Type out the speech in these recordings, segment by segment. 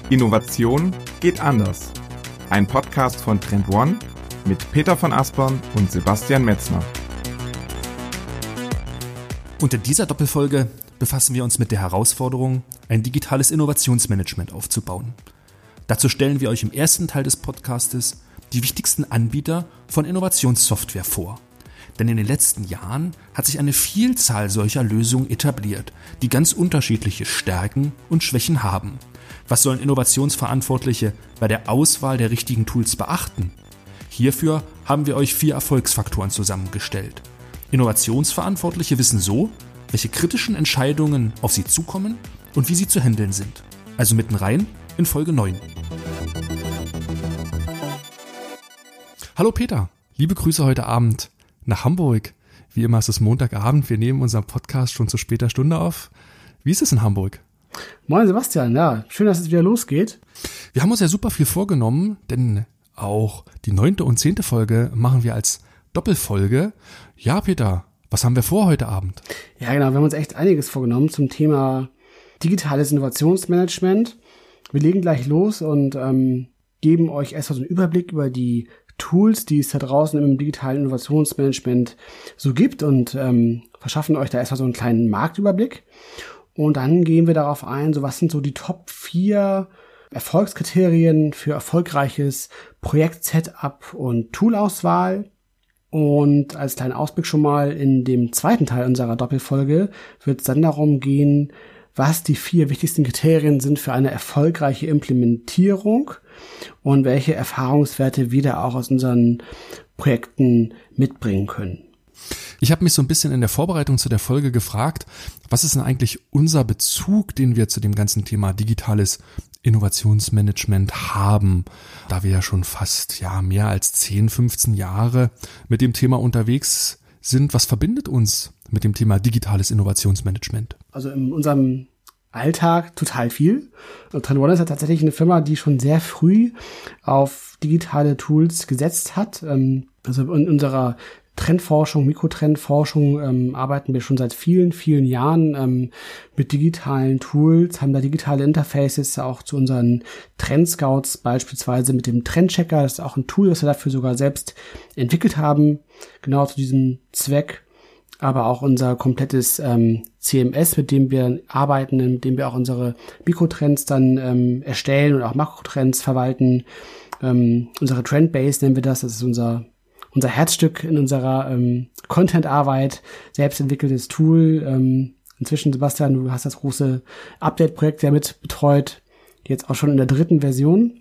Innovation geht anders. Ein Podcast von Trend One mit Peter von Aspern und Sebastian Metzner. Und in dieser Doppelfolge befassen wir uns mit der Herausforderung, ein digitales Innovationsmanagement aufzubauen. Dazu stellen wir euch im ersten Teil des Podcastes die wichtigsten Anbieter von Innovationssoftware vor. Denn in den letzten Jahren hat sich eine Vielzahl solcher Lösungen etabliert, die ganz unterschiedliche Stärken und Schwächen haben. Was sollen Innovationsverantwortliche bei der Auswahl der richtigen Tools beachten? Hierfür haben wir euch 4 Erfolgsfaktoren zusammengestellt. Innovationsverantwortliche wissen so, welche kritischen Entscheidungen auf sie zukommen und wie sie zu handeln sind. Also mitten rein in Folge 9. Hallo Peter, liebe Grüße heute Abend nach Hamburg. Wie immer ist es Montagabend, wir nehmen unseren Podcast schon zu später Stunde auf. Wie ist es in Hamburg? Moin Sebastian, ja, schön, dass es wieder losgeht. Wir haben uns ja super viel vorgenommen, denn auch die 9. und 10. Folge machen wir als Doppelfolge. Ja, Peter, was haben wir vor heute Abend? Ja, genau, wir haben uns echt einiges vorgenommen zum Thema digitales Innovationsmanagement. Wir legen gleich los und geben euch erstmal so einen Überblick über die Tools, die es da draußen im digitalen Innovationsmanagement so gibt und verschaffen euch da erstmal so einen kleinen Marktüberblick. Und dann gehen wir darauf ein, so was sind so die Top 4 Erfolgskriterien für erfolgreiches Projekt-Setup und Toolauswahl. Und als kleinen Ausblick schon mal in dem zweiten Teil unserer Doppelfolge wird es dann darum gehen, was die 4 wichtigsten Kriterien sind für eine erfolgreiche Implementierung und welche Erfahrungswerte wir da auch aus unseren Projekten mitbringen können. Ich habe mich so ein bisschen in der Vorbereitung zu der Folge gefragt, was ist denn eigentlich unser Bezug, den wir zu dem ganzen Thema digitales Innovationsmanagement haben, da wir ja schon fast mehr als 10, 15 Jahre mit dem Thema unterwegs sind. Was verbindet uns mit dem Thema digitales Innovationsmanagement? Also in unserem Alltag total viel. Trend One ist ja tatsächlich eine Firma, die schon sehr früh auf digitale Tools gesetzt hat. Also in unserer Trendforschung, Mikrotrendforschung arbeiten wir schon seit vielen, vielen Jahren mit digitalen Tools, haben da digitale Interfaces auch zu unseren Trendscouts, beispielsweise mit dem Trendchecker. Das ist auch ein Tool, das wir dafür sogar selbst entwickelt haben, genau zu diesem Zweck. Aber auch unser komplettes CMS, mit dem wir arbeiten, mit dem wir auch unsere Mikrotrends dann erstellen und auch Makrotrends verwalten. Unsere Trendbase nennen wir das. Das ist unser Herzstück in unserer Content-Arbeit, selbst entwickeltes Tool. Inzwischen, Sebastian, du hast das große Update-Projekt ja mit betreut, jetzt auch schon in der 3. Version.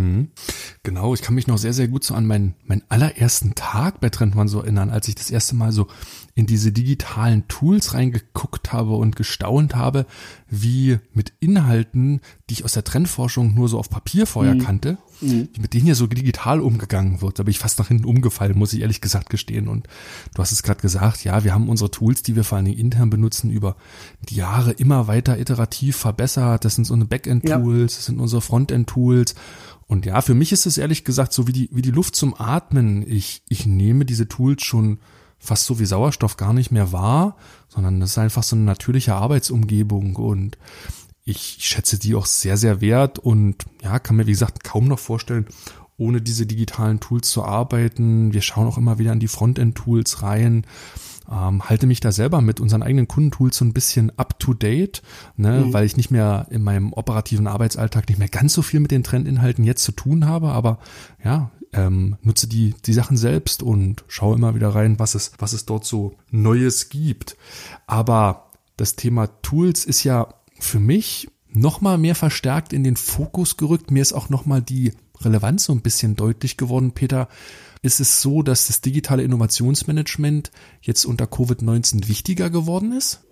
Genau, ich kann mich noch sehr, sehr gut so an meinen allerersten Tag bei Trend One so erinnern, als ich das erste Mal so in diese digitalen Tools reingeguckt habe und gestaunt habe, wie mit Inhalten, die ich aus der Trendforschung nur so auf Papier vorher kannte, wie mit denen hier so digital umgegangen wird. Da bin ich fast nach hinten umgefallen, muss ich ehrlich gesagt gestehen. Und du hast es gerade gesagt, ja, wir haben unsere Tools, die wir vor allen Dingen intern benutzen, über die Jahre immer weiter iterativ verbessert. Das sind so eine Backend-Tools, das sind unsere Frontend-Tools. Und ja, für mich ist es ehrlich gesagt so wie die Luft zum Atmen. Ich nehme diese Tools schon fast so wie Sauerstoff gar nicht mehr wahr, sondern das ist einfach so eine natürliche Arbeitsumgebung und ich schätze die auch sehr, sehr wert und ja, kann mir wie gesagt kaum noch vorstellen, ohne diese digitalen Tools zu arbeiten. Wir schauen auch immer wieder an die Frontend-Tools rein. Halte mich da selber mit unseren eigenen Kundentools so ein bisschen up to date, weil ich nicht mehr in meinem operativen Arbeitsalltag nicht mehr ganz so viel mit den Trendinhalten jetzt zu tun habe, aber ja, nutze die Sachen selbst und schaue immer wieder rein, was es dort so Neues gibt. Aber das Thema Tools ist ja für mich nochmal mehr verstärkt in den Fokus gerückt. Mir ist auch nochmal die Relevanz so ein bisschen deutlich geworden, Peter. Ist es so, dass das digitale Innovationsmanagement jetzt unter Covid-19 wichtiger geworden ist?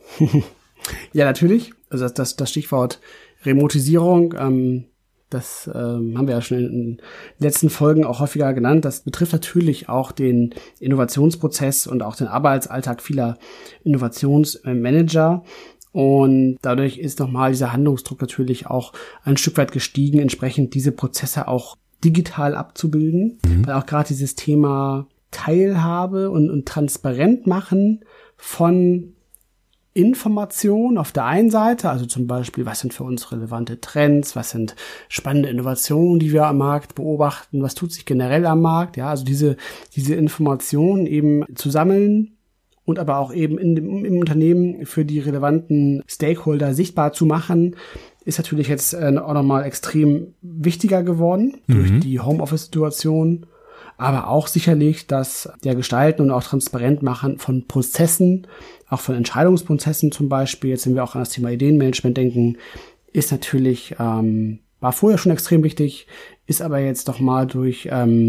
Ja, natürlich. Also das Stichwort Remotisierung, das haben wir ja schon in den letzten Folgen auch häufiger genannt. Das betrifft natürlich auch den Innovationsprozess und auch den Arbeitsalltag vieler Innovationsmanager. Und dadurch ist nochmal dieser Handlungsdruck natürlich auch ein Stück weit gestiegen, entsprechend diese Prozesse auch digital abzubilden, weil auch gerade dieses Thema Teilhabe und transparent machen von Information auf der einen Seite, also zum Beispiel, was sind für uns relevante Trends, was sind spannende Innovationen, die wir am Markt beobachten, was tut sich generell am Markt, ja, also diese Informationen eben zu sammeln und aber auch eben im Unternehmen für die relevanten Stakeholder sichtbar zu machen, ist natürlich jetzt auch nochmal extrem wichtiger geworden durch die Homeoffice-Situation, aber auch sicherlich das Gestalten und auch transparent machen von Prozessen, auch von Entscheidungsprozessen zum Beispiel, jetzt wenn wir auch an das Thema Ideenmanagement denken, ist natürlich, war vorher schon extrem wichtig, ist aber jetzt doch mal durch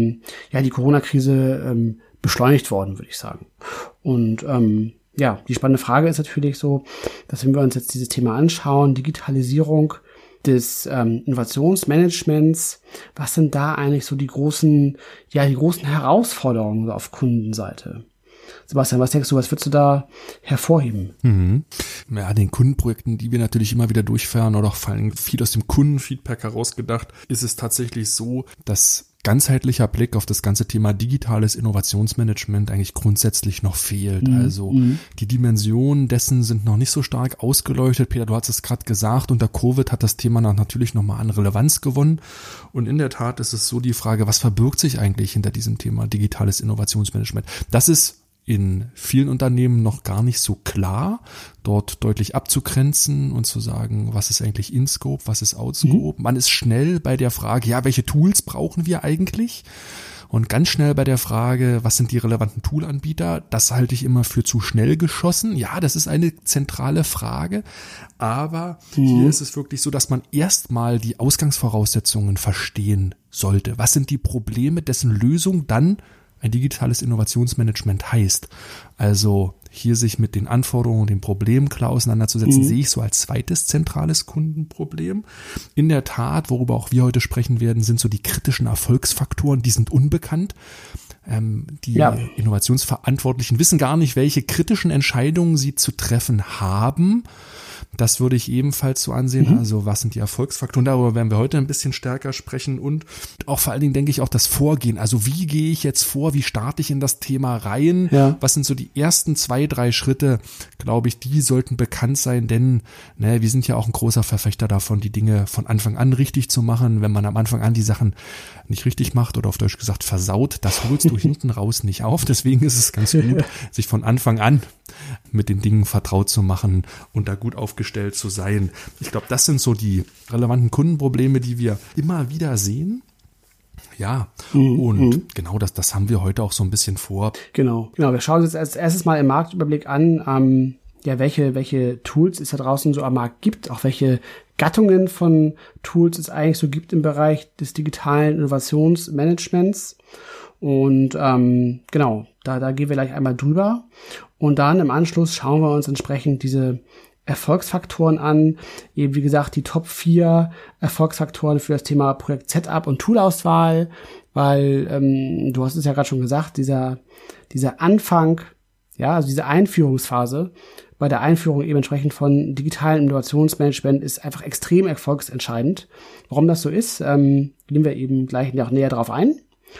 die Corona-Krise beschleunigt worden, würde ich sagen. Und die spannende Frage ist natürlich so, dass wenn wir uns jetzt dieses Thema anschauen, Digitalisierung des Innovationsmanagements, was sind da eigentlich so die großen Herausforderungen auf Kundenseite? Sebastian, was denkst du, was würdest du da hervorheben? Ja, den Kundenprojekten, die wir natürlich immer wieder durchführen oder auch vor allem viel aus dem Kundenfeedback herausgedacht, ist es tatsächlich so, dass ganzheitlicher Blick auf das ganze Thema digitales Innovationsmanagement eigentlich grundsätzlich noch fehlt. Also die Dimensionen dessen sind noch nicht so stark ausgeleuchtet. Peter, du hast es gerade gesagt, unter Covid hat das Thema natürlich nochmal an Relevanz gewonnen. Und in der Tat ist es so die Frage, was verbirgt sich eigentlich hinter diesem Thema digitales Innovationsmanagement? Das ist in vielen Unternehmen noch gar nicht so klar, dort deutlich abzugrenzen und zu sagen, was ist eigentlich In-Scope, was ist Out-Scope. Man ist schnell bei der Frage, welche Tools brauchen wir eigentlich? Und ganz schnell bei der Frage, was sind die relevanten Toolanbieter? Das halte ich immer für zu schnell geschossen. Ja, das ist eine zentrale Frage, aber hier ist es wirklich so, dass man erstmal die Ausgangsvoraussetzungen verstehen sollte. Was sind die Probleme, dessen Lösung dann ein digitales Innovationsmanagement heißt? Also hier sich mit den Anforderungen und den Problemen klar auseinanderzusetzen, sehe ich so als zweites zentrales Kundenproblem. In der Tat, worüber auch wir heute sprechen werden, sind so die kritischen Erfolgsfaktoren, die sind unbekannt. Die Innovationsverantwortlichen wissen gar nicht, welche kritischen Entscheidungen sie zu treffen haben. Das würde ich ebenfalls so ansehen. Also was sind die Erfolgsfaktoren? Darüber werden wir heute ein bisschen stärker sprechen und auch vor allen Dingen denke ich auch das Vorgehen. Also wie gehe ich jetzt vor? Wie starte ich in das Thema rein? Ja. Was sind so die ersten 2-3 Schritte? Glaube ich, die sollten bekannt sein, denn wir sind ja auch ein großer Verfechter davon, die Dinge von Anfang an richtig zu machen. Wenn man am Anfang an die Sachen nicht richtig macht oder auf Deutsch gesagt versaut, das holst du hinten raus nicht auf. Deswegen ist es ganz gut, sich von Anfang an mit den Dingen vertraut zu machen und da gut aufgestellt zu sein. Ich glaube, das sind so die relevanten Kundenprobleme, die wir immer wieder sehen. Ja, und genau das haben wir heute auch so ein bisschen vor. Genau. Wir schauen uns jetzt als erstes mal im Marktüberblick an, welche Tools es da draußen so am Markt gibt, auch welche Gattungen von Tools es eigentlich so gibt im Bereich des digitalen Innovationsmanagements. Und da gehen wir gleich einmal drüber. Und dann im Anschluss schauen wir uns entsprechend diese Erfolgsfaktoren an. Eben wie gesagt, die Top 4 Erfolgsfaktoren für das Thema Projekt-Setup und Toolauswahl, weil du hast es ja gerade schon gesagt, dieser Anfang, also diese Einführungsphase, bei der Einführung eben entsprechend von digitalem Innovationsmanagement ist einfach extrem erfolgsentscheidend. Warum das so ist, gehen wir eben gleich noch näher drauf ein.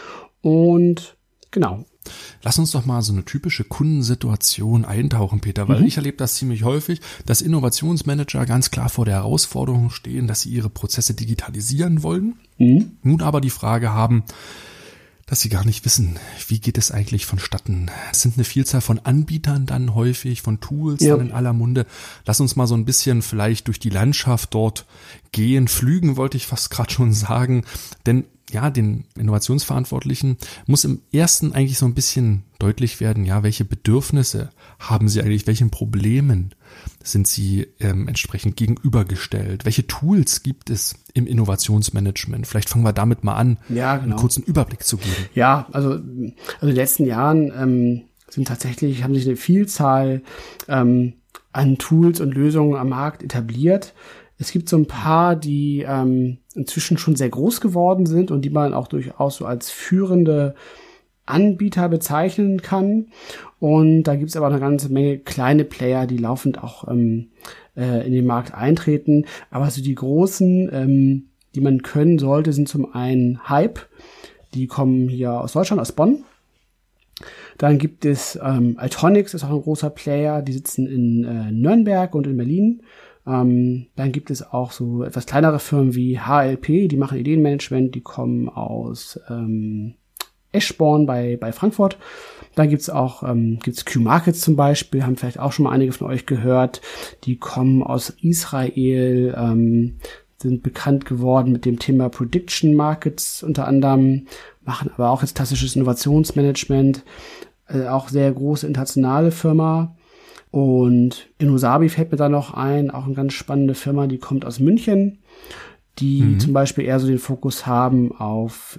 Und genau. Lass uns doch mal so eine typische Kundensituation eintauchen, Peter, weil ich erlebe das ziemlich häufig, dass Innovationsmanager ganz klar vor der Herausforderung stehen, dass sie ihre Prozesse digitalisieren wollen, nun aber die Frage haben, dass sie gar nicht wissen, wie geht es eigentlich vonstatten. Es sind eine Vielzahl von Anbietern dann häufig, von Tools dann in aller Munde. Lass uns mal so ein bisschen vielleicht durch die Landschaft dort gehen, flügen, wollte ich fast gerade schon sagen, denn den Innovationsverantwortlichen muss im ersten eigentlich so ein bisschen deutlich werden, welche Bedürfnisse haben sie eigentlich, welchen Problemen sind sie entsprechend gegenübergestellt, welche Tools gibt es im Innovationsmanagement. Vielleicht fangen wir damit mal an, einen kurzen Überblick zu geben. Ja, also in den letzten Jahren haben sich eine Vielzahl an Tools und Lösungen am Markt etabliert. Es gibt so ein paar, die inzwischen schon sehr groß geworden sind und die man auch durchaus so als führende Anbieter bezeichnen kann. Und da gibt es aber eine ganze Menge kleine Player, die laufend auch in den Markt eintreten. Aber so die großen, die man können sollte, sind zum einen Hype. Die kommen hier aus Deutschland, aus Bonn. Dann gibt es Altronix, ist auch ein großer Player, die sitzen in Nürnberg und in Berlin. Dann gibt es auch so etwas kleinere Firmen wie HLP, die machen Ideenmanagement, die kommen aus Eschborn bei Frankfurt. Dann gibt's auch gibt's Q-Markets zum Beispiel, haben vielleicht auch schon mal einige von euch gehört. Die kommen aus Israel, sind bekannt geworden mit dem Thema Prediction Markets unter anderem, machen aber auch jetzt klassisches Innovationsmanagement, auch sehr große internationale Firma. Und Innosabi fällt mir da noch ein, auch eine ganz spannende Firma, die kommt aus München, die zum Beispiel eher so den Fokus haben auf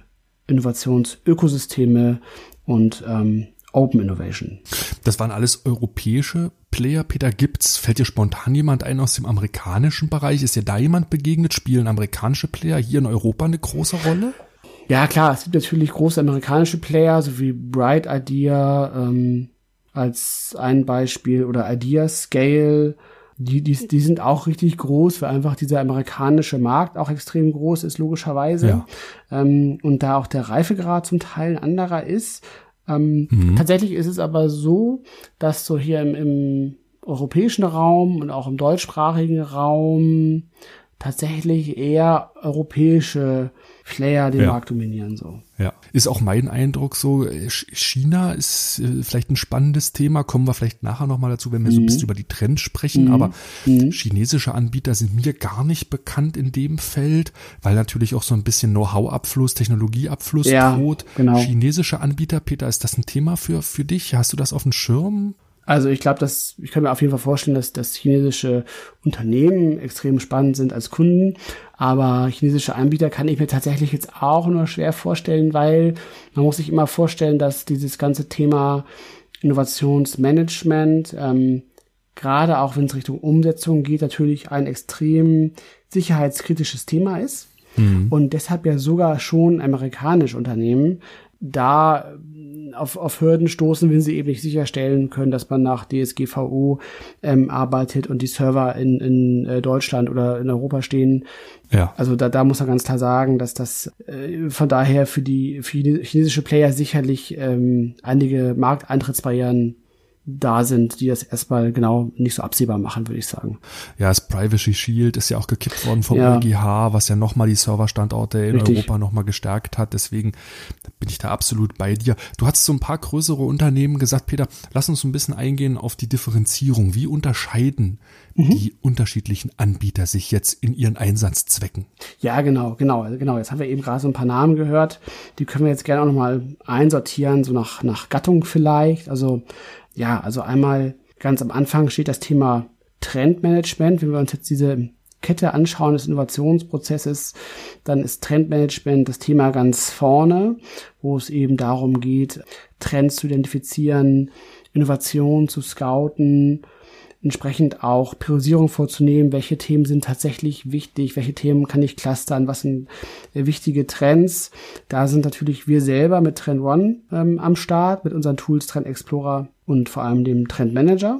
Innovationsökosysteme und Open Innovation. Das waren alles europäische Player. Peter, fällt dir spontan jemand ein aus dem amerikanischen Bereich? Ist dir da jemand begegnet? Spielen amerikanische Player hier in Europa eine große Rolle? Ja, klar, es gibt natürlich große amerikanische Player, so wie Bright Idea als ein Beispiel oder Idea Scale. Die sind auch richtig groß, weil einfach dieser amerikanische Markt auch extrem groß ist, logischerweise. Ja. Und da auch der Reifegrad zum Teil ein anderer ist. Tatsächlich ist es aber so, dass so hier im europäischen Raum und auch im deutschsprachigen Raum tatsächlich eher europäische Player den Markt dominieren, so. Ja, ist auch mein Eindruck so. China ist vielleicht ein spannendes Thema, kommen wir vielleicht nachher nochmal dazu, wenn wir so ein bisschen über die Trends sprechen, aber chinesische Anbieter sind mir gar nicht bekannt in dem Feld, weil natürlich auch so ein bisschen Know-how-Abfluss, Technologieabfluss droht. Genau. Chinesische Anbieter, Peter, ist das ein Thema für dich? Hast du das auf dem Schirm? Also ich glaube, ich kann mir auf jeden Fall vorstellen, dass chinesische Unternehmen extrem spannend sind als Kunden, aber chinesische Anbieter kann ich mir tatsächlich jetzt auch nur schwer vorstellen, weil man muss sich immer vorstellen, dass dieses ganze Thema Innovationsmanagement, gerade auch wenn es Richtung Umsetzung geht, natürlich ein extrem sicherheitskritisches Thema ist und deshalb ja sogar schon amerikanische Unternehmen da auf Hürden stoßen, wenn sie eben nicht sicherstellen können, dass man nach DSGVO arbeitet und die Server in Deutschland oder in Europa stehen. Ja. Also da muss man ganz klar sagen, dass das von daher für chinesische Player sicherlich einige Markteintrittsbarrieren da sind, die das erstmal genau nicht so absehbar machen, würde ich sagen. Ja, das Privacy Shield ist ja auch gekippt worden vom EuGH, was ja nochmal die Serverstandorte in Europa nochmal gestärkt hat. Deswegen bin ich da absolut bei dir. Du hast so ein paar größere Unternehmen gesagt, Peter, lass uns ein bisschen eingehen auf die Differenzierung. Wie unterscheiden die unterschiedlichen Anbieter sich jetzt in ihren Einsatzzwecken? Ja, genau. Jetzt haben wir eben gerade so ein paar Namen gehört. Die können wir jetzt gerne auch nochmal einsortieren, so nach Gattung vielleicht. Also einmal ganz am Anfang steht das Thema Trendmanagement. Wenn wir uns jetzt diese Kette anschauen des Innovationsprozesses, dann ist Trendmanagement das Thema ganz vorne, wo es eben darum geht, Trends zu identifizieren, Innovationen zu scouten, entsprechend auch Priorisierung vorzunehmen, welche Themen sind tatsächlich wichtig, welche Themen kann ich clustern, was sind wichtige Trends. Da sind natürlich wir selber mit Trend One am Start, mit unseren Tools Trend Explorer und vor allem dem Trend Manager.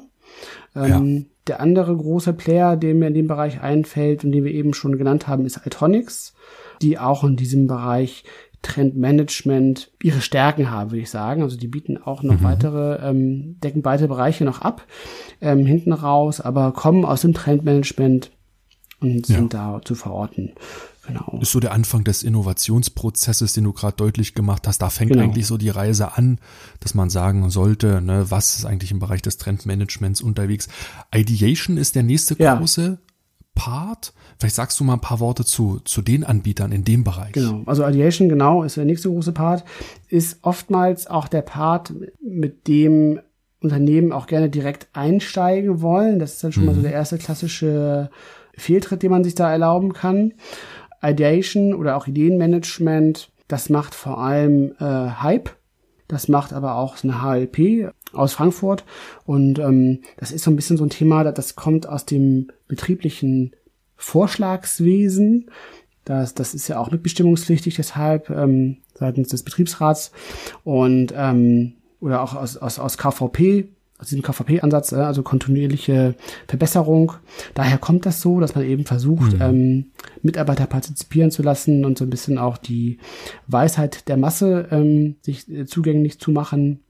Der andere große Player, der mir in dem Bereich einfällt und den wir eben schon genannt haben, ist Altronix, die auch in diesem Bereich Trendmanagement ihre Stärken haben, würde ich sagen. Also die bieten auch noch decken weitere Bereiche noch ab, hinten raus, aber kommen aus dem Trendmanagement und sind da zu verorten. Genau. Ist so der Anfang des Innovationsprozesses, den du gerade deutlich gemacht hast. Da fängt eigentlich so die Reise an, dass man sagen sollte, ne, was ist eigentlich im Bereich des Trendmanagements unterwegs. Ideation ist der nächste große Part. Vielleicht sagst du mal ein paar Worte zu den Anbietern in dem Bereich. Genau, also Ideation, ist der nächste große Part, ist oftmals auch der Part, mit dem Unternehmen auch gerne direkt einsteigen wollen. Das ist dann schon mal so der erste klassische Fehltritt, den man sich da erlauben kann. Ideation oder auch Ideenmanagement, das macht vor allem Hype. Das macht aber auch eine HLP aus Frankfurt. Und das ist so ein bisschen so ein Thema, das kommt aus dem betrieblichen Vorschlagswesen. Das ist ja auch mitbestimmungspflichtig, deshalb seitens des Betriebsrats. Und oder auch aus KVP, aus diesem KVP-Ansatz, also kontinuierliche Verbesserung. Daher kommt das so, dass man eben versucht, Mitarbeiter partizipieren zu lassen und so ein bisschen auch die Weisheit der Masse sich zugänglich zu machen.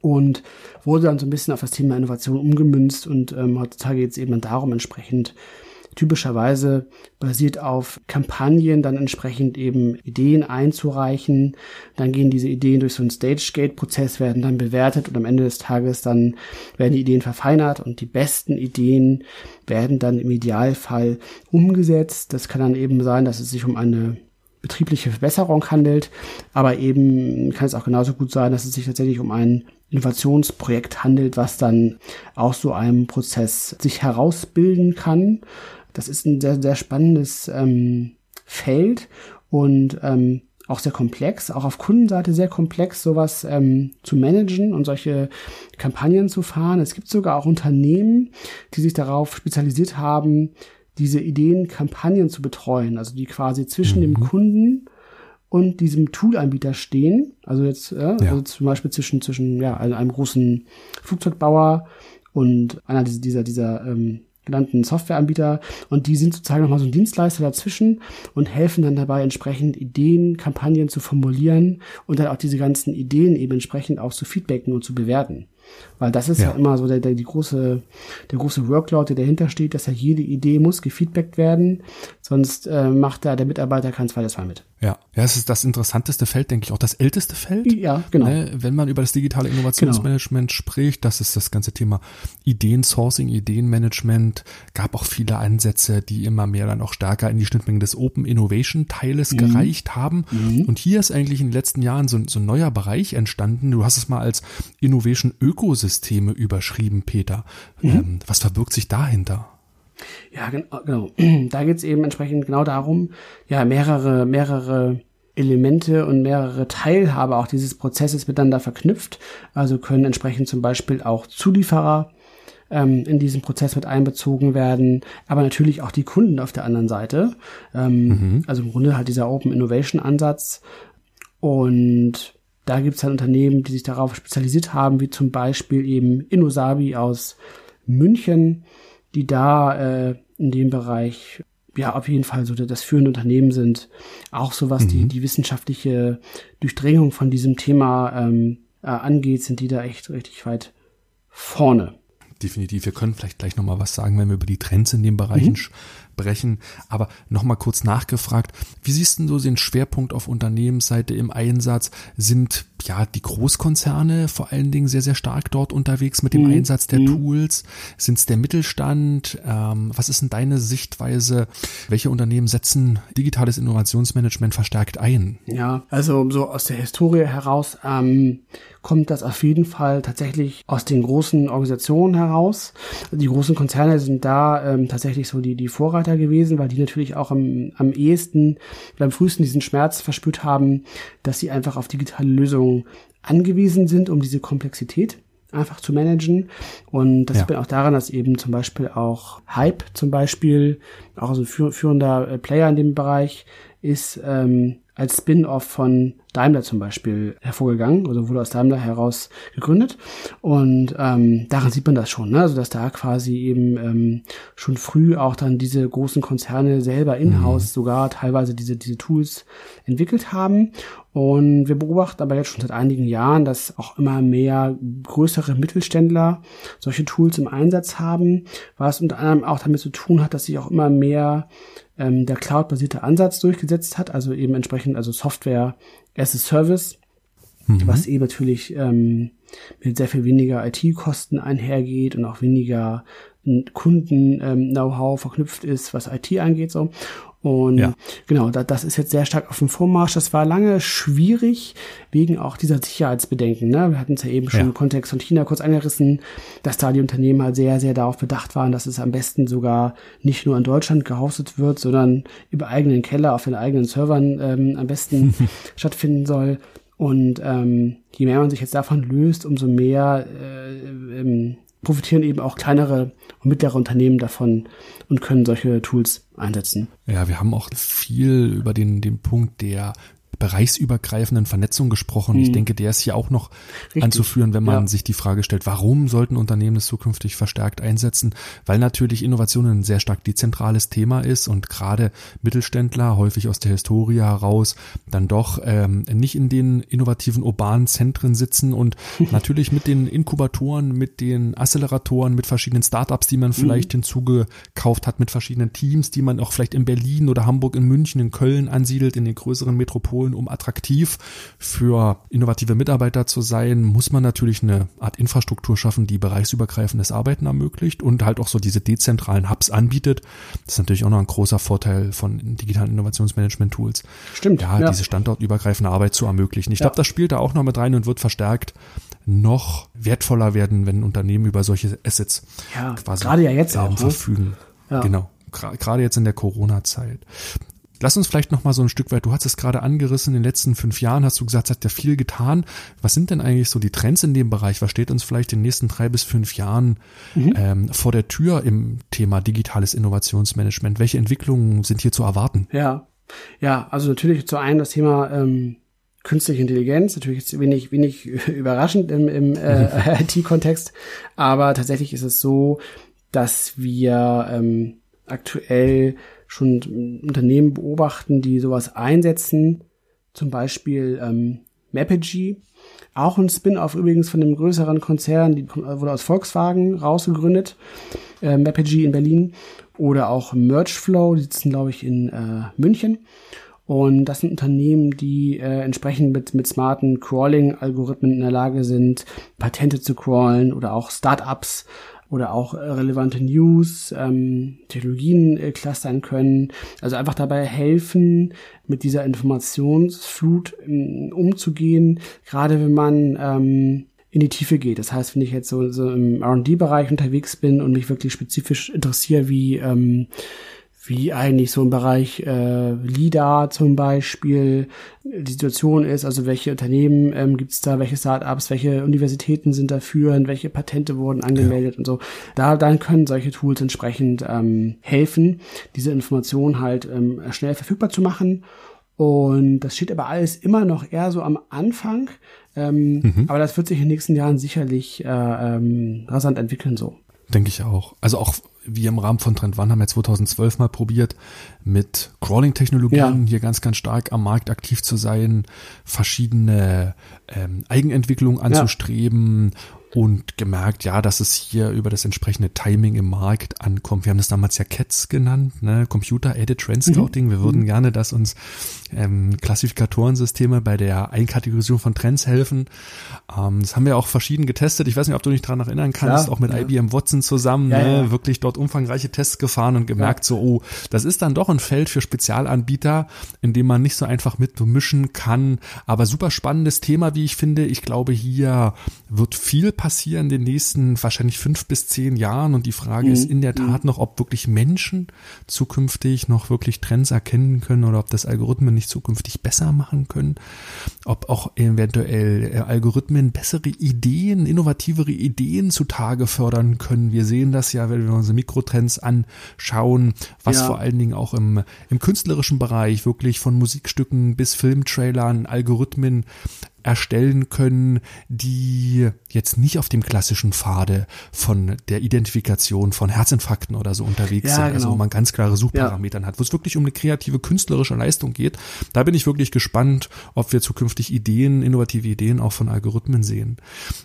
und wurde dann so ein bisschen auf das Thema Innovation umgemünzt und heutzutage geht es eben dann darum, entsprechend typischerweise basiert auf Kampagnen, dann entsprechend eben Ideen einzureichen. Dann gehen diese Ideen durch so einen Stage-Gate-Prozess, werden dann bewertet und am Ende des Tages dann werden die Ideen verfeinert und die besten Ideen werden dann im Idealfall umgesetzt. Das kann dann eben sein, dass es sich um eine betriebliche Verbesserung handelt, aber eben kann es auch genauso gut sein, dass es sich tatsächlich um ein Innovationsprojekt handelt, was dann aus so einem Prozess sich herausbilden kann. Das ist ein sehr, sehr spannendes Feld und auch sehr komplex, auch auf Kundenseite sehr komplex, sowas zu managen und solche Kampagnen zu fahren. Es gibt sogar auch Unternehmen, die sich darauf spezialisiert haben, diese Ideenkampagnen zu betreuen, also die quasi zwischen dem Kunden und diesem Toolanbieter stehen. Also jetzt also zum Beispiel zwischen einem großen Flugzeugbauer und einer dieser genannten Softwareanbieter, und die sind sozusagen nochmal so ein Dienstleister dazwischen und helfen dann dabei, entsprechend Ideen, Kampagnen zu formulieren und dann auch diese ganzen Ideen eben entsprechend auch zu feedbacken und zu bewerten. Weil das ist ja immer so der große Workload, der dahinter steht, dass ja jede Idee muss gefeedbackt werden, sonst macht da der Mitarbeiter kein zweites Mal mit. Ja, es ist das interessanteste Feld, denke ich, auch das älteste Feld. Ja, genau. Ne, wenn man über das digitale Innovationsmanagement spricht, das ist das ganze Thema Ideensourcing, Ideenmanagement, gab auch viele Ansätze, die immer mehr dann auch stärker in die Schnittmengen des Open Innovation Teiles gereicht haben. Und hier ist eigentlich in den letzten Jahren so ein neuer Bereich entstanden. Du hast es mal als Innovation Ökosysteme überschrieben, Peter. Was verbirgt sich dahinter? Ja, genau. Da geht es eben entsprechend genau darum, ja, mehrere Elemente und mehrere Teilhaber auch dieses Prozesses miteinander verknüpft. Also können entsprechend zum Beispiel auch Zulieferer in diesen Prozess mit einbezogen werden, aber natürlich auch die Kunden auf der anderen Seite. Also im Grunde halt dieser Open Innovation Ansatz. Und da gibt es dann Unternehmen, die sich darauf spezialisiert haben, wie zum Beispiel eben Innosabi aus München, die da in dem Bereich ja auf jeden Fall so das führende Unternehmen sind. Auch so was die wissenschaftliche Durchdringung von diesem Thema angeht, sind die da echt richtig weit vorne. Definitiv. Wir können vielleicht gleich nochmal was sagen, wenn wir über die Trends in den Bereichen sprechen. Aber nochmal kurz nachgefragt, wie siehst du den Schwerpunkt auf Unternehmensseite im Einsatz? Sind ja die Großkonzerne vor allen Dingen sehr, sehr stark dort unterwegs mit dem Einsatz der Tools? Sind es der Mittelstand? Was ist denn deine Sichtweise? Welche Unternehmen setzen digitales Innovationsmanagement verstärkt ein? Ja, also so aus der Historie heraus kommt das auf jeden Fall tatsächlich aus den großen Organisationen heraus. Die großen Konzerne sind da tatsächlich so die Vorreiter gewesen, weil die natürlich auch am ehesten oder am frühesten diesen Schmerz verspürt haben, dass sie einfach auf digitale Lösungen angewiesen sind, um diese Komplexität einfach zu managen. Und das sieht man auch daran, dass eben zum Beispiel auch Hype zum Beispiel, auch so ein führender Player in dem Bereich ist, als Spin-off von Daimler zum Beispiel hervorgegangen, also wurde aus Daimler heraus gegründet. Und daran sieht man das schon, ne? Also dass da quasi eben schon früh auch dann diese großen Konzerne selber in-house sogar teilweise diese Tools entwickelt haben. Und wir beobachten aber jetzt schon seit einigen Jahren, dass auch immer mehr größere Mittelständler solche Tools im Einsatz haben, was unter anderem auch damit zu tun hat, dass sich auch immer mehr der Cloud-basierte Ansatz durchgesetzt hat, also eben entsprechend also Software as a Service, was eben natürlich mit sehr viel weniger IT-Kosten einhergeht und auch weniger Kunden-Know-how verknüpft ist, was IT angeht so. Und genau, das ist jetzt sehr stark auf dem Vormarsch. Das war lange schwierig, wegen auch dieser Sicherheitsbedenken. Ne? Wir hatten es ja eben schon im Kontext von China kurz angerissen, dass da die Unternehmen halt sehr, sehr darauf bedacht waren, dass es am besten sogar nicht nur in Deutschland gehostet wird, sondern über eigenen Keller auf den eigenen Servern am besten stattfinden soll. Und je mehr man sich jetzt davon löst, umso mehr profitieren eben auch kleinere und mittlere Unternehmen davon und können solche Tools einsetzen. Ja, wir haben auch viel über den Punkt der bereichsübergreifenden Vernetzung gesprochen. Ich denke, der ist hier auch noch anzuführen, wenn man sich die Frage stellt, warum sollten Unternehmen es zukünftig verstärkt einsetzen? Weil natürlich Innovation ein sehr stark dezentrales Thema ist und gerade Mittelständler häufig aus der Historie heraus dann doch nicht in den innovativen urbanen Zentren sitzen und natürlich mit den Inkubatoren, mit den Acceleratoren, mit verschiedenen Startups, die man vielleicht hinzugekauft hat, mit verschiedenen Teams, die man auch vielleicht in Berlin oder Hamburg, in München, in Köln ansiedelt, in den größeren Metropolen, um attraktiv für innovative Mitarbeiter zu sein, muss man natürlich eine Art Infrastruktur schaffen, die bereichsübergreifendes Arbeiten ermöglicht und halt auch so diese dezentralen Hubs anbietet. Das ist natürlich auch noch ein großer Vorteil von digitalen Innovationsmanagement-Tools. Stimmt. Ja, diese standortübergreifende Arbeit zu ermöglichen. Ich glaube, das spielt da auch noch mit rein und wird verstärkt noch wertvoller werden, wenn Unternehmen über solche Assets quasi gerade ja jetzt auch verfügen. Ja. Genau, gerade jetzt in der Corona-Zeit. Lass uns vielleicht noch mal so ein Stück weit, du hast es gerade angerissen, in den letzten 5 Jahren hast du gesagt, es hat ja viel getan. Was sind denn eigentlich so die Trends in dem Bereich? Was steht uns vielleicht in den nächsten 3 bis 5 Jahren vor der Tür im Thema digitales Innovationsmanagement? Welche Entwicklungen sind hier zu erwarten? Ja, also natürlich zu einem das Thema künstliche Intelligenz, natürlich jetzt wenig überraschend im IT-Kontext, aber tatsächlich ist es so, dass wir aktuell schon Unternehmen beobachten, die sowas einsetzen, zum Beispiel Mapigee, auch ein Spin-off übrigens von einem größeren Konzern, die wurde aus Volkswagen rausgegründet, Mapigee in Berlin, oder auch Mergeflow, die sitzen glaube ich in München. Und das sind Unternehmen, die entsprechend mit smarten Crawling-Algorithmen in der Lage sind, Patente zu crawlen oder auch Startups oder auch relevante News, Technologien clustern können. Also einfach dabei helfen, mit dieser Informationsflut umzugehen, gerade wenn man in die Tiefe geht. Das heißt, wenn ich jetzt so im R&D-Bereich unterwegs bin und mich wirklich spezifisch interessiere, wie eigentlich so im Bereich LIDAR zum Beispiel die Situation ist, also welche Unternehmen gibt's da, welche Startups, welche Universitäten sind da führend, welche Patente wurden angemeldet und so. Dann können solche Tools entsprechend helfen, diese Informationen halt schnell verfügbar zu machen. Und das steht aber alles immer noch eher so am Anfang, aber das wird sich in den nächsten Jahren sicherlich rasant entwickeln so. Denke ich auch. Also auch wir im Rahmen von Trend One haben ja 2012 mal probiert, mit Crawling-Technologien hier ganz, ganz stark am Markt aktiv zu sein, verschiedene Eigenentwicklungen anzustreben und gemerkt, dass es hier über das entsprechende Timing im Markt ankommt. Wir haben das damals ja CATS genannt, ne? Computer-Aided Trend Scouting. Wir würden gerne, dass uns Klassifikatorensysteme bei der Einkategorisierung von Trends helfen. Das haben wir auch verschieden getestet. Ich weiß nicht, ob du dich daran erinnern kannst, auch mit IBM Watson zusammen, wirklich dort umfangreiche Tests gefahren und gemerkt das ist dann doch ein Feld für Spezialanbieter, in dem man nicht so einfach mitmischen kann. Aber super spannendes Thema, wie ich finde. Ich glaube, hier wird viel passieren in den nächsten wahrscheinlich 5 bis 10 Jahren und die Frage ist in der Tat noch, ob wirklich Menschen zukünftig noch wirklich Trends erkennen können oder ob das Algorithmen nicht zukünftig besser machen können, ob auch eventuell Algorithmen bessere Ideen, innovativere Ideen zutage fördern können. Wir sehen das ja, wenn wir unsere Mikrotrends anschauen, was vor allen Dingen auch im künstlerischen Bereich wirklich von Musikstücken bis Filmtrailern Algorithmen erstellen können, die jetzt nicht auf dem klassischen Pfade von der Identifikation von Herzinfarkten oder so unterwegs sind, also wo man ganz klare Suchparametern hat, wo es wirklich um eine kreative, künstlerische Leistung geht. Da bin ich wirklich gespannt, ob wir zukünftig innovative Ideen auch von Algorithmen sehen.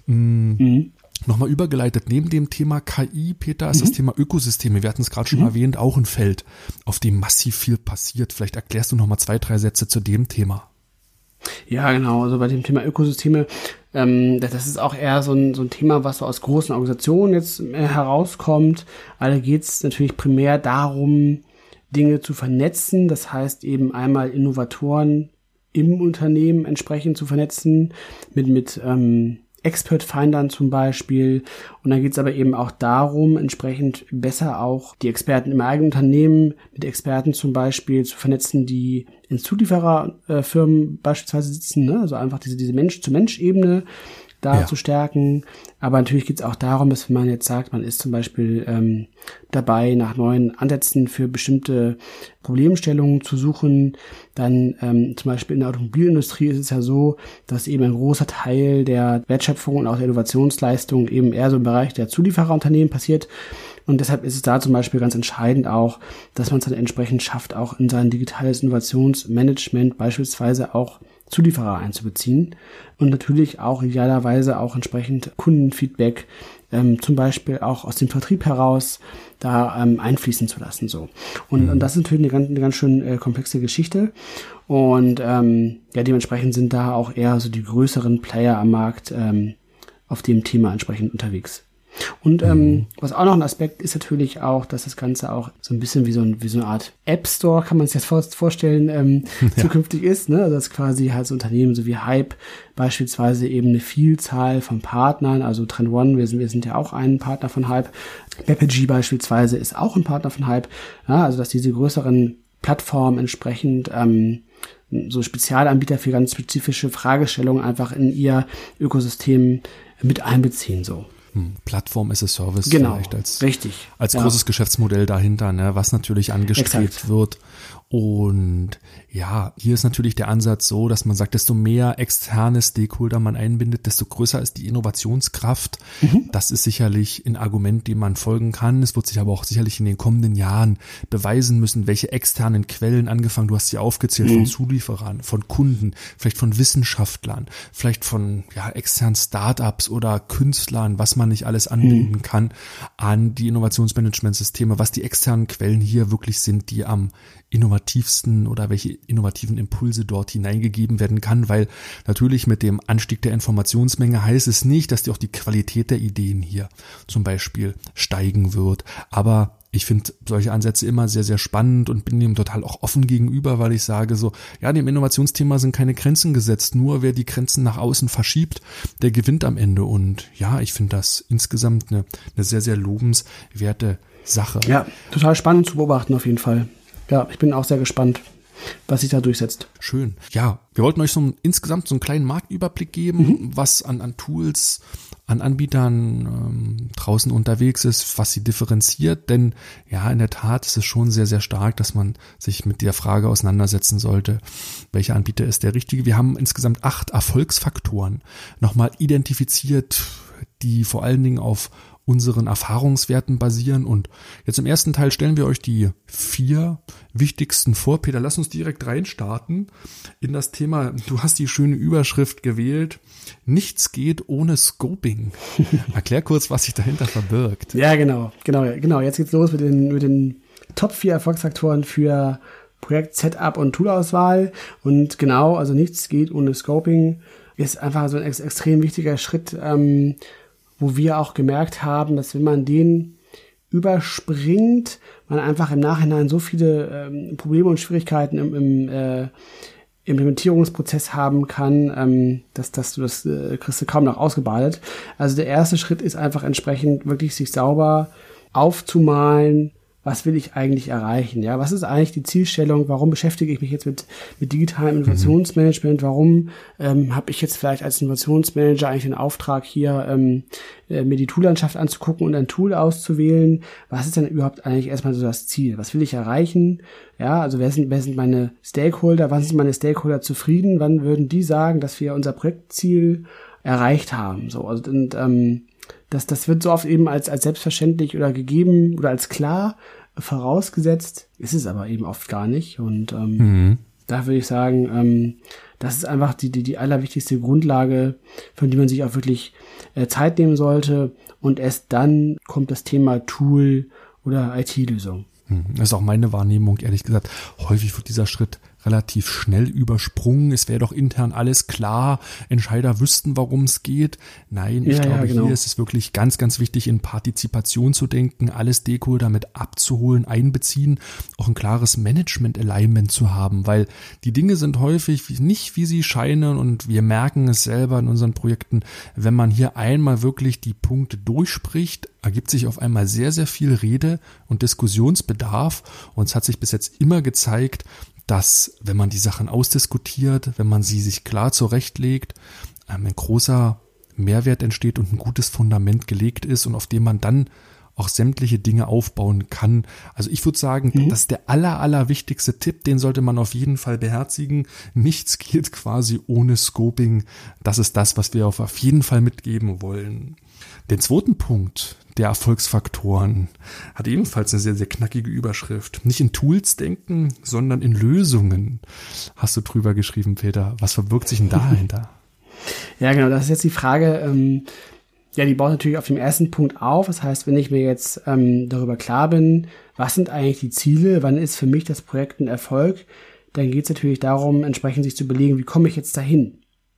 Nochmal übergeleitet, neben dem Thema KI, Peter, ist das Thema Ökosysteme, wir hatten es gerade schon erwähnt, auch ein Feld, auf dem massiv viel passiert. Vielleicht erklärst du nochmal 2, 3 Sätze zu dem Thema. Ja, genau. Also bei dem Thema Ökosysteme, das ist auch eher so ein Thema, was so aus großen Organisationen jetzt herauskommt. Also geht es natürlich primär darum, Dinge zu vernetzen. Das heißt eben einmal Innovatoren im Unternehmen entsprechend zu vernetzen mit Expert-Findern zum Beispiel. Und dann geht es aber eben auch darum, entsprechend besser auch die Experten im eigenen Unternehmen mit Experten zum Beispiel zu vernetzen, die in Zuliefererfirmen beispielsweise sitzen, ne? Also einfach diese Mensch-zu-Mensch-Ebene da zu stärken. Aber natürlich geht es auch darum, dass wenn man jetzt sagt, man ist zum Beispiel dabei, nach neuen Ansätzen für bestimmte Problemstellungen zu suchen, dann zum Beispiel in der Automobilindustrie ist es ja so, dass eben ein großer Teil der Wertschöpfung und auch der Innovationsleistung eben eher so im Bereich der Zuliefererunternehmen passiert. Und deshalb ist es da zum Beispiel ganz entscheidend auch, dass man es dann entsprechend schafft, auch in sein digitales Innovationsmanagement beispielsweise auch Zulieferer einzubeziehen und natürlich auch idealerweise auch entsprechend Kundenfeedback zum Beispiel auch aus dem Vertrieb heraus da einfließen zu lassen. So. Und das ist natürlich eine ganz schön komplexe Geschichte. Und dementsprechend sind da auch eher so die größeren Player am Markt auf dem Thema entsprechend unterwegs. Und was auch noch ein Aspekt ist natürlich auch, dass das Ganze auch so ein bisschen wie so eine Art App Store, kann man sich das vorstellen, zukünftig ist. Ne? Also dass quasi halt so Unternehmen so wie Hype beispielsweise eben eine Vielzahl von Partnern, also Trend One, wir sind ja auch ein Partner von Hype, Bepage beispielsweise ist auch ein Partner von Hype, ja, also dass diese größeren Plattformen entsprechend so Spezialanbieter für ganz spezifische Fragestellungen einfach in ihr Ökosystem mit einbeziehen, so. Plattform as a Service vielleicht als großes Geschäftsmodell dahinter, ne, was natürlich angestrebt wird. Und ja, hier ist natürlich der Ansatz so, dass man sagt, desto mehr externe Stakeholder man einbindet, desto größer ist die Innovationskraft. Das ist sicherlich ein Argument, dem man folgen kann. Es wird sich aber auch sicherlich in den kommenden Jahren beweisen müssen, welche externen Quellen, angefangen, du hast sie aufgezählt, von Zulieferern, von Kunden, vielleicht von Wissenschaftlern, vielleicht von externen Startups oder Künstlern, was man nicht alles anbinden kann an die Innovationsmanagementsysteme, was die externen Quellen hier wirklich sind, die am innovativsten oder welche innovativen Impulse dort hineingegeben werden kann, weil natürlich mit dem Anstieg der Informationsmenge heißt es nicht, dass auch die Qualität der Ideen hier zum Beispiel steigen wird. Aber ich finde solche Ansätze immer sehr, sehr spannend und bin dem total auch offen gegenüber, weil ich sage so, ja, dem Innovationsthema sind keine Grenzen gesetzt, nur wer die Grenzen nach außen verschiebt, der gewinnt am Ende. Und ja, ich finde das insgesamt eine sehr, sehr lobenswerte Sache. Ja, total spannend zu beobachten auf jeden Fall. Ja, ich bin auch sehr gespannt, was sich da durchsetzt. Schön. Ja, wir wollten euch insgesamt so einen kleinen Marktüberblick geben, was an Tools, an Anbietern draußen unterwegs ist, was sie differenziert. Denn ja, in der Tat ist es schon sehr, sehr stark, dass man sich mit der Frage auseinandersetzen sollte, welcher Anbieter ist der richtige. Wir haben insgesamt 8 Erfolgsfaktoren nochmal identifiziert, die vor allen Dingen auf unseren Erfahrungswerten basieren. Und jetzt im ersten Teil stellen wir euch die 4 wichtigsten vor. Peter, lass uns direkt reinstarten in das Thema. Du hast die schöne Überschrift gewählt. Nichts geht ohne Scoping. Erklär kurz, was sich dahinter verbirgt. Ja, genau. Jetzt geht's los mit den Top 4 Erfolgsfaktoren für Projekt-Setup und Toolauswahl. Und genau, also nichts geht ohne Scoping ist einfach so ein extrem wichtiger Schritt, wo wir auch gemerkt haben, dass wenn man den überspringt, man einfach im Nachhinein so viele Probleme und Schwierigkeiten im Implementierungsprozess haben kann, dass das kriegst du kaum noch ausgebadet. Also der erste Schritt ist einfach entsprechend wirklich sich sauber aufzumalen, was will ich eigentlich erreichen? Ja, was ist eigentlich die Zielstellung? Warum beschäftige ich mich jetzt mit digitalem Innovationsmanagement? Warum habe ich jetzt vielleicht als Innovationsmanager eigentlich den Auftrag, hier mir die Toollandschaft anzugucken und ein Tool auszuwählen? Was ist denn überhaupt eigentlich erstmal so das Ziel? Was will ich erreichen? Ja, also wer sind meine Stakeholder? Wann sind meine Stakeholder zufrieden? Wann würden die sagen, dass wir unser Projektziel erreicht haben? So, also, und das wird so oft eben als selbstverständlich oder gegeben oder als klar vorausgesetzt, ist es aber eben oft gar nicht. Und da würde ich sagen, das ist einfach die allerwichtigste Grundlage, von die man sich auch wirklich Zeit nehmen sollte. Und erst dann kommt das Thema Tool oder IT-Lösung. Das ist auch meine Wahrnehmung, ehrlich gesagt. Häufig wird dieser Schritt relativ schnell übersprungen. Es wäre doch intern alles klar. Entscheider wüssten, worum es geht. Nein, ich glaube, genau. Hier ist es wirklich ganz, ganz wichtig, in Partizipation zu denken, alle Stakeholder mit abzuholen, einbeziehen, auch ein klares Management-Alignment zu haben, weil die Dinge sind häufig nicht, wie sie scheinen, und wir merken es selber in unseren Projekten, wenn man hier einmal wirklich die Punkte durchspricht, ergibt sich auf einmal sehr, sehr viel Rede- und Diskussionsbedarf, und es hat sich bis jetzt immer gezeigt, dass, wenn man die Sachen ausdiskutiert, wenn man sie sich klar zurechtlegt, ein großer Mehrwert entsteht und ein gutes Fundament gelegt ist und auf dem man dann auch sämtliche Dinge aufbauen kann. Also ich würde sagen, das ist der allerwichtigste Tipp, den sollte man auf jeden Fall beherzigen. Nichts geht quasi ohne Scoping. Das ist das, was wir auf jeden Fall mitgeben wollen. Den zweiten Punkt der Erfolgsfaktoren hat ebenfalls eine sehr, sehr knackige Überschrift. Nicht in Tools denken, sondern in Lösungen. Hast du drüber geschrieben, Peter. Was verbirgt sich denn dahinter? Ja, genau, das ist jetzt die Frage. Die baut natürlich auf dem ersten Punkt auf. Das heißt, wenn ich mir jetzt darüber klar bin, was sind eigentlich die Ziele, wann ist für mich das Projekt ein Erfolg, dann geht es natürlich darum, entsprechend sich zu überlegen, wie komme ich jetzt dahin?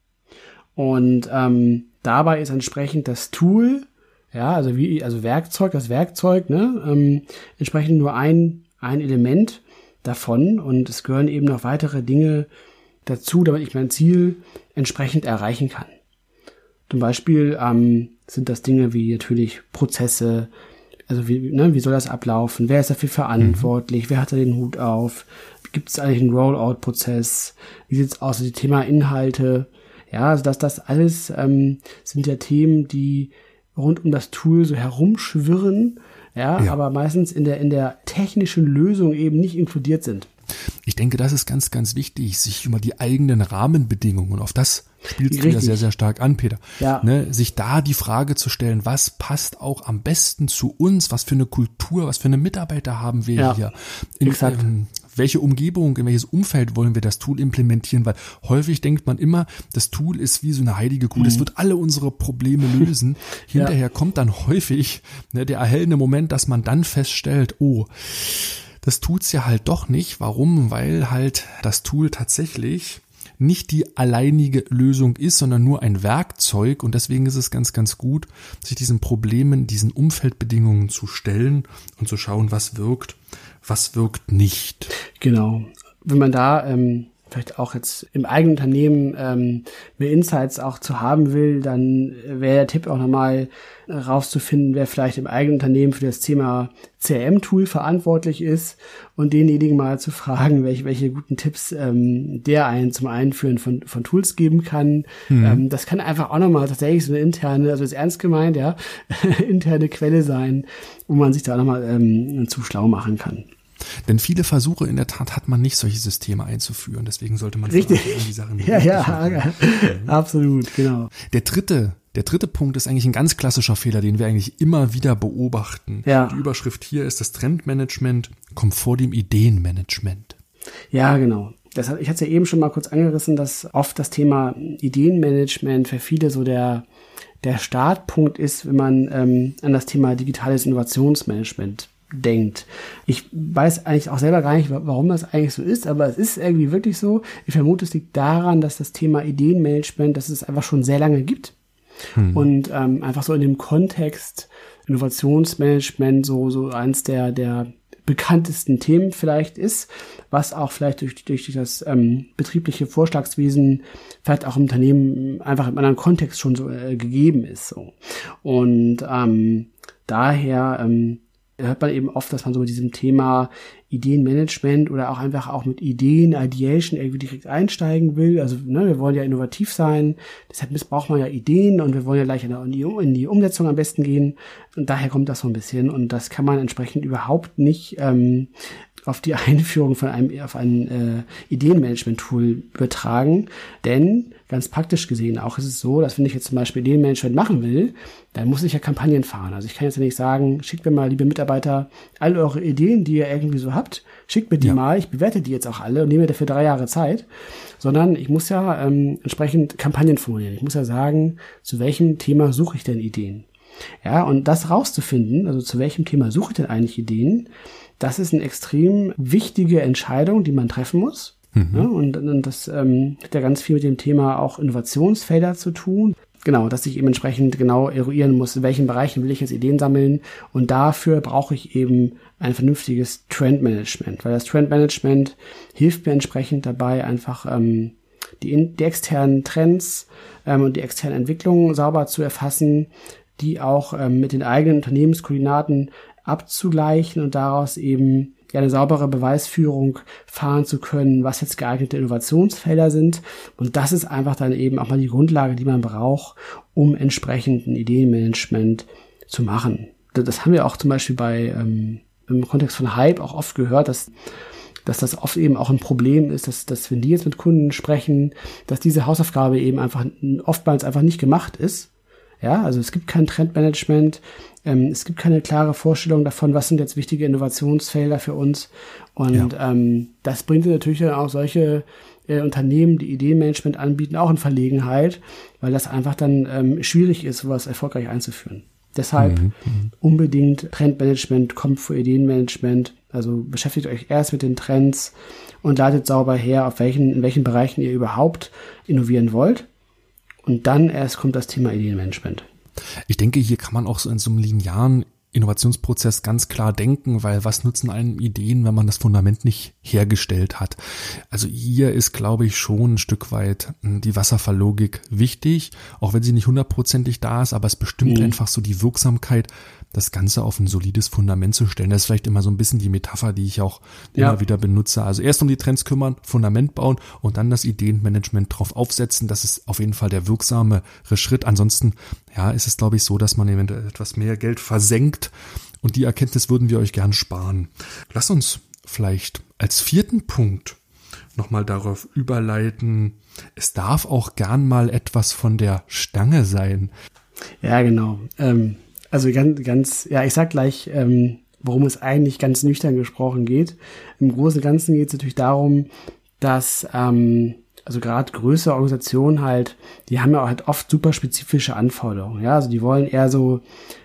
Und dabei ist entsprechend das Tool, das Werkzeug, entsprechend nur ein Element davon. Und es gehören eben noch weitere Dinge dazu, damit ich mein Ziel entsprechend erreichen kann. Zum Beispiel sind das Dinge wie natürlich Prozesse, also wie soll das ablaufen, wer ist dafür verantwortlich, wer hat da den Hut auf, gibt es eigentlich einen Rollout-Prozess, wie sieht es aus, also die Thema Inhalte, also das alles sind ja Themen, die rund um das Tool so herumschwirren, aber meistens in der technischen Lösung eben nicht inkludiert sind. Ich denke, das ist ganz, ganz wichtig, sich über die eigenen Rahmenbedingungen, auf das spielst du ja sehr, sehr stark an, Peter, sich da die Frage zu stellen, was passt auch am besten zu uns, was für eine Kultur, was für eine Mitarbeiter haben wir hier, welche Umgebung, in welches Umfeld wollen wir das Tool implementieren, weil häufig denkt man immer, das Tool ist wie so eine heilige Kuh, das wird alle unsere Probleme lösen. Hinterher kommt dann häufig der erhellende Moment, dass man dann feststellt, das tut's ja halt doch nicht. Warum? Weil halt das Tool tatsächlich nicht die alleinige Lösung ist, sondern nur ein Werkzeug. Und deswegen ist es ganz, ganz gut, sich diesen Problemen, diesen Umfeldbedingungen zu stellen und zu schauen, was wirkt nicht. Genau. Wenn man da vielleicht auch jetzt im eigenen Unternehmen mehr Insights auch zu haben will, dann wäre der Tipp auch nochmal rauszufinden, wer vielleicht im eigenen Unternehmen für das Thema CRM-Tool verantwortlich ist und denjenigen mal zu fragen, welche guten Tipps der einen zum Einführen von Tools geben kann. Das kann einfach auch nochmal tatsächlich so eine interne, also ist ernst gemeint, interne Quelle sein, wo man sich da nochmal zu schlau machen kann. Denn viele Versuche in der Tat hat man nicht, solche Systeme einzuführen. Deswegen sollte man richtig die Sachen absolut, genau. Der dritte Punkt ist eigentlich ein ganz klassischer Fehler, den wir eigentlich immer wieder beobachten. Ja. Die Überschrift hier ist: Das Trendmanagement kommt vor dem Ideenmanagement. Ja, genau. Ich hatte es ja eben schon mal kurz angerissen, dass oft das Thema Ideenmanagement für viele so der Startpunkt ist, wenn man an das Thema digitales Innovationsmanagement denkt. Ich weiß eigentlich auch selber gar nicht, warum das eigentlich so ist, aber es ist irgendwie wirklich so. Ich vermute, es liegt daran, dass das Thema Ideenmanagement, dass es einfach schon sehr lange gibt und einfach so in dem Kontext Innovationsmanagement so eins der bekanntesten Themen vielleicht ist, was auch vielleicht durch das betriebliche Vorschlagswesen vielleicht auch im Unternehmen einfach im anderen Kontext schon so gegeben ist. So. Und daher hört man eben oft, dass man so mit diesem Thema Ideenmanagement oder auch einfach auch mit Ideation irgendwie direkt einsteigen will. Also wir wollen ja innovativ sein, deshalb braucht man ja Ideen und wir wollen ja gleich in die Umsetzung am besten gehen. Und daher kommt das so ein bisschen und das kann man entsprechend überhaupt nicht auf die Einführung auf ein Ideenmanagement-Tool übertragen, denn ganz praktisch gesehen auch ist es so, dass wenn ich jetzt zum Beispiel Ideenmanagement machen will, dann muss ich ja Kampagnen fahren. Also ich kann jetzt ja nicht sagen, schickt mir mal, liebe Mitarbeiter, all eure Ideen, die ihr irgendwie so habt, schickt mir die mal, ich bewerte die jetzt auch alle und nehme mir dafür 3 Jahre Zeit, sondern ich muss ja entsprechend Kampagnen formulieren. Ich muss ja sagen, zu welchem Thema suche ich denn Ideen? Ja, und das rauszufinden, also zu welchem Thema suche ich denn eigentlich Ideen, das ist eine extrem wichtige Entscheidung, die man treffen muss. Ja, und das hat ja ganz viel mit dem Thema auch Innovationsfelder zu tun. Genau, dass ich eben entsprechend genau eruieren muss, in welchen Bereichen will ich jetzt Ideen sammeln. Und dafür brauche ich eben ein vernünftiges Trendmanagement, weil das Trendmanagement hilft mir entsprechend dabei, einfach die externen Trends und die externen Entwicklungen sauber zu erfassen, die auch mit den eigenen Unternehmenskoordinaten abzugleichen und daraus eben eine saubere Beweisführung fahren zu können, was jetzt geeignete Innovationsfelder sind. Und das ist einfach dann eben auch mal die Grundlage, die man braucht, um entsprechend ein Ideenmanagement zu machen. Das haben wir auch zum Beispiel im Kontext von Hype auch oft gehört, dass das oft eben auch ein Problem ist, dass wenn die jetzt mit Kunden sprechen, dass diese Hausaufgabe eben oftmals einfach nicht gemacht ist. Ja, also es gibt kein Trendmanagement, es gibt keine klare Vorstellung davon, was sind jetzt wichtige Innovationsfelder für uns. Und das bringt natürlich dann auch solche Unternehmen, die Ideenmanagement anbieten, auch in Verlegenheit, weil das einfach dann schwierig ist, sowas erfolgreich einzuführen. Deshalb unbedingt Trendmanagement kommt vor Ideenmanagement. Also beschäftigt euch erst mit den Trends und leitet sauber her, in welchen Bereichen ihr überhaupt innovieren wollt. Und dann erst kommt das Thema Ideenmanagement. Ich denke, hier kann man auch so in so einem linearen Innovationsprozess ganz klar denken, weil was nutzen einem Ideen, wenn man das Fundament nicht hergestellt hat? Also hier ist, glaube ich, schon ein Stück weit die Wasserfalllogik wichtig, auch wenn sie nicht 100%ig da ist, aber es bestimmt einfach so die Wirksamkeit, das Ganze auf ein solides Fundament zu stellen. Das ist vielleicht immer so ein bisschen die Metapher, die ich auch immer wieder benutze. Also erst um die Trends kümmern, Fundament bauen und dann das Ideenmanagement drauf aufsetzen. Das ist auf jeden Fall der wirksamere Schritt. Ansonsten, ist es, glaube ich, so, dass man eventuell etwas mehr Geld versenkt. Und die Erkenntnis würden wir euch gern sparen. Lass uns vielleicht als 4. Punkt nochmal darauf überleiten. Es darf auch gern mal etwas von der Stange sein. Ja, genau. Also ich sag gleich, worum es eigentlich ganz nüchtern gesprochen geht. Im Großen und Ganzen geht es natürlich darum, dass also gerade größere Organisationen halt, die haben ja auch halt oft super spezifische Anforderungen. Ja, also die wollen eher so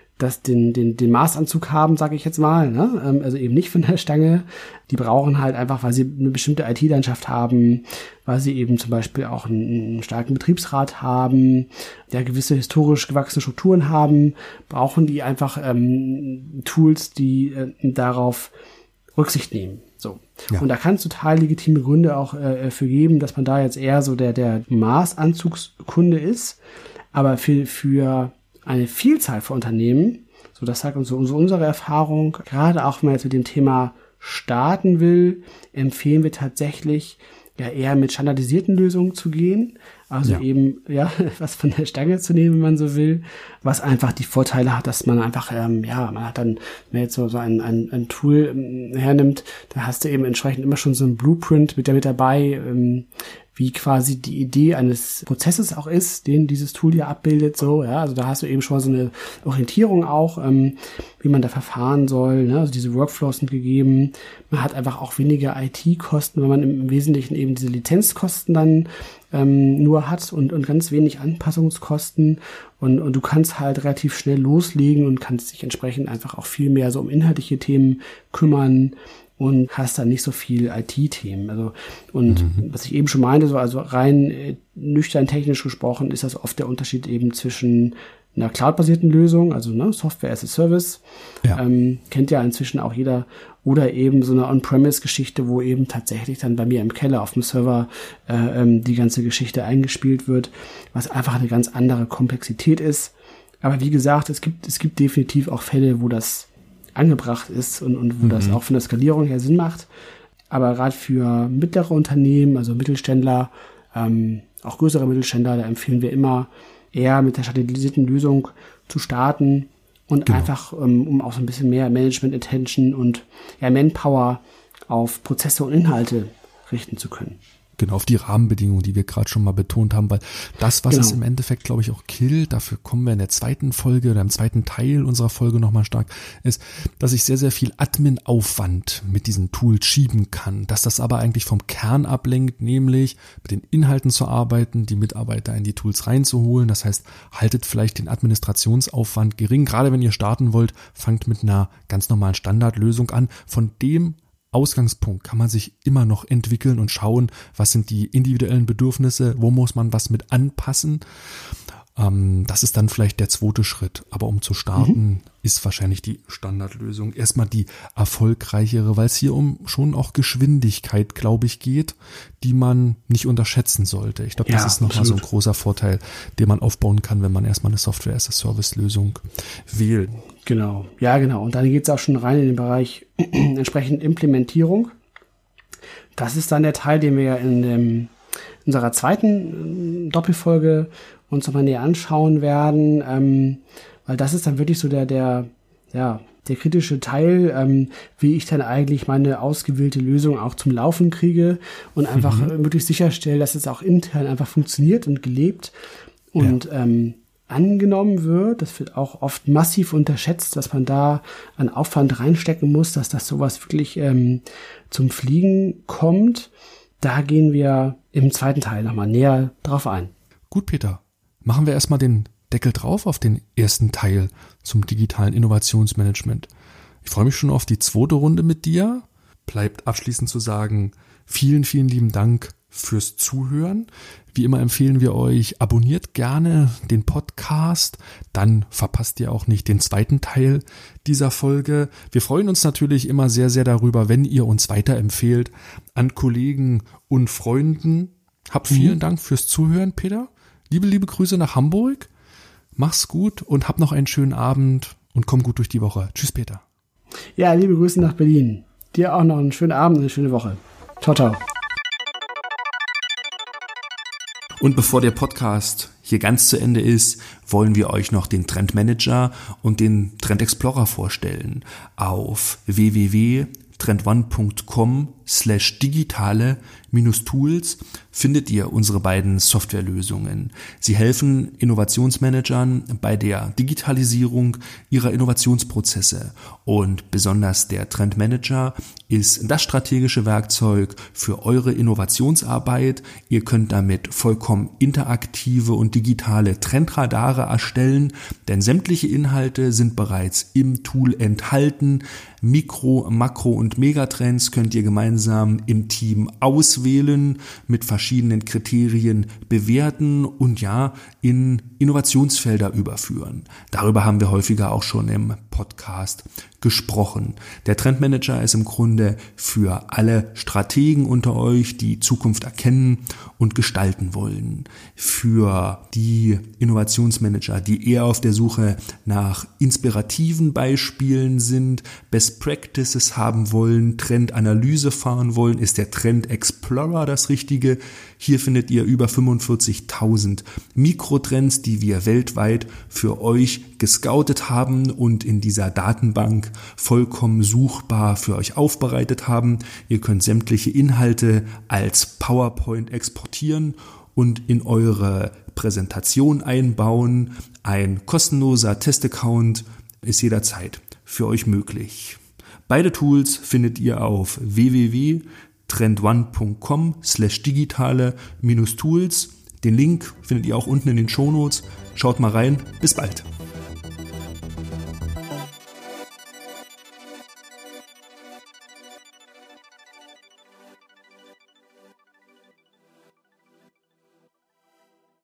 den Maßanzug haben, sage ich jetzt mal, ne? Also eben nicht von der Stange. Die brauchen halt einfach, weil sie eine bestimmte IT-Landschaft haben, weil sie eben zum Beispiel auch einen starken Betriebsrat haben, ja gewisse historisch gewachsene Strukturen haben, brauchen die einfach Tools, die darauf Rücksicht nehmen. So. Ja. Und da kann es total legitime Gründe auch für geben, dass man da jetzt eher so der Maßanzugskunde ist, aber für eine Vielzahl von Unternehmen, so das sagt uns so unsere Erfahrung, gerade auch wenn man jetzt mit dem Thema starten will, empfehlen wir tatsächlich eher mit standardisierten Lösungen zu gehen, also eben was von der Stange zu nehmen, wenn man so will, was einfach die Vorteile hat, dass man einfach, man hat dann, wenn man jetzt so ein Tool hernimmt, da hast du eben entsprechend immer schon so ein Blueprint mit dabei, wie quasi die Idee eines Prozesses auch ist, den dieses Tool ja abbildet, so, ja, also da hast du eben schon so eine Orientierung auch, wie man da verfahren soll, ne? Also diese Workflows sind gegeben, man hat einfach auch weniger IT-Kosten, weil man im Wesentlichen eben diese Lizenzkosten dann nur hat und ganz wenig Anpassungskosten und du kannst halt relativ schnell loslegen und kannst dich entsprechend einfach auch viel mehr so um inhaltliche Themen kümmern und hast dann nicht so viel IT-Themen. Also, und was ich eben schon meinte, so, also rein nüchtern technisch gesprochen, ist das oft der Unterschied eben zwischen einer Cloud-basierten Lösung, also Software as a Service, kennt ja inzwischen auch jeder, oder eben so eine On-Premise-Geschichte, wo eben tatsächlich dann bei mir im Keller auf dem Server die ganze Geschichte eingespielt wird, was einfach eine ganz andere Komplexität ist. Aber wie gesagt, es gibt definitiv auch Fälle, wo das angebracht ist und wo das auch von der Skalierung her Sinn macht. Aber gerade für mittlere Unternehmen, also Mittelständler, auch größere Mittelständler, da empfehlen wir immer, eher mit der standardisierten Lösung zu starten und einfach, um auch so ein bisschen mehr Management-Attention und Manpower auf Prozesse und Inhalte richten zu können. Genau, auf die Rahmenbedingungen, die wir gerade schon mal betont haben, weil das, was es im Endeffekt, glaube ich, auch killt, dafür kommen wir in der zweiten Folge oder im zweiten Teil unserer Folge nochmal stark, ist, dass ich sehr, sehr viel Admin-Aufwand mit diesen Tools schieben kann, dass das aber eigentlich vom Kern ablenkt, nämlich mit den Inhalten zu arbeiten, die Mitarbeiter in die Tools reinzuholen. Das heißt, haltet vielleicht den Administrationsaufwand gering. Gerade wenn ihr starten wollt, fangt mit einer ganz normalen Standardlösung an, von dem Ausgangspunkt kann man sich immer noch entwickeln und schauen, was sind die individuellen Bedürfnisse, wo muss man was mit anpassen. Das ist dann vielleicht der zweite Schritt. Aber um zu starten, ist wahrscheinlich die Standardlösung erstmal die erfolgreichere, weil es hier um schon auch Geschwindigkeit, glaube ich, geht, die man nicht unterschätzen sollte. Ich glaube, das ist nochmal so ein großer Vorteil, den man aufbauen kann, wenn man erstmal eine Software-as-a-Service-Lösung wählt. Genau, ja genau. Und dann geht es auch schon rein in den Bereich entsprechend Implementierung. Das ist dann der Teil, den wir ja in unserer zweiten Doppelfolge uns nochmal näher anschauen werden, weil das ist dann wirklich so der kritische Teil, wie ich dann eigentlich meine ausgewählte Lösung auch zum Laufen kriege und einfach wirklich sicherstelle, dass es auch intern einfach funktioniert und gelebt und angenommen wird. Das wird auch oft massiv unterschätzt, dass man da an Aufwand reinstecken muss, dass das sowas wirklich zum Fliegen kommt. Da gehen wir im zweiten Teil nochmal näher drauf ein. Gut, Peter. Machen wir erstmal den Deckel drauf auf den ersten Teil zum digitalen Innovationsmanagement. Ich freue mich schon auf die zweite Runde mit dir. Bleibt abschließend zu sagen, vielen, vielen lieben Dank fürs Zuhören. Wie immer empfehlen wir euch, abonniert gerne den Podcast, dann verpasst ihr auch nicht den zweiten Teil dieser Folge. Wir freuen uns natürlich immer sehr, sehr darüber, wenn ihr uns weiterempfehlt an Kollegen und Freunden. Habt vielen Dank fürs Zuhören, Peter. Liebe Grüße nach Hamburg. Mach's gut und hab noch einen schönen Abend und komm gut durch die Woche. Tschüss, Peter. Ja, liebe Grüße nach Berlin. Dir auch noch einen schönen Abend und eine schöne Woche. Ciao, ciao. Und bevor der Podcast hier ganz zu Ende ist, wollen wir euch noch den Trend Manager und den Trend Explorer vorstellen. Auf www.trendone.com/digitale-tools findet ihr unsere beiden Softwarelösungen. Sie helfen Innovationsmanagern bei der Digitalisierung ihrer Innovationsprozesse. Und besonders der Trend Manager ist das strategische Werkzeug für eure Innovationsarbeit. Ihr könnt damit vollkommen interaktive und digitale Trendradare erstellen, denn sämtliche Inhalte sind bereits im Tool enthalten. Mikro-, Makro- und Megatrends könnt ihr gemeinsam im Team auswählen, mit verschiedenen Kriterien bewerten und in Innovationsfelder überführen. Darüber haben wir häufiger auch schon im Podcast gesprochen. Der Trendmanager ist im Grunde für alle Strategen unter euch, die Zukunft erkennen und gestalten wollen. Für die Innovationsmanager, die eher auf der Suche nach inspirativen Beispielen sind, Best Practices haben wollen, Trendanalyse fahren wollen, ist der Trend Explorer das Richtige. Hier findet ihr über 45.000 Mikrotrends, die wir weltweit für euch gescoutet haben und in dieser Datenbank vollkommen suchbar für euch aufbereitet haben. Ihr könnt sämtliche Inhalte als PowerPoint exportieren und in eure Präsentation einbauen. Ein kostenloser Testaccount ist jederzeit für euch möglich. Beide Tools findet ihr auf www.trendone.com/digitale-tools. Den Link findet ihr auch unten in den Shownotes. Schaut mal rein. Bis bald.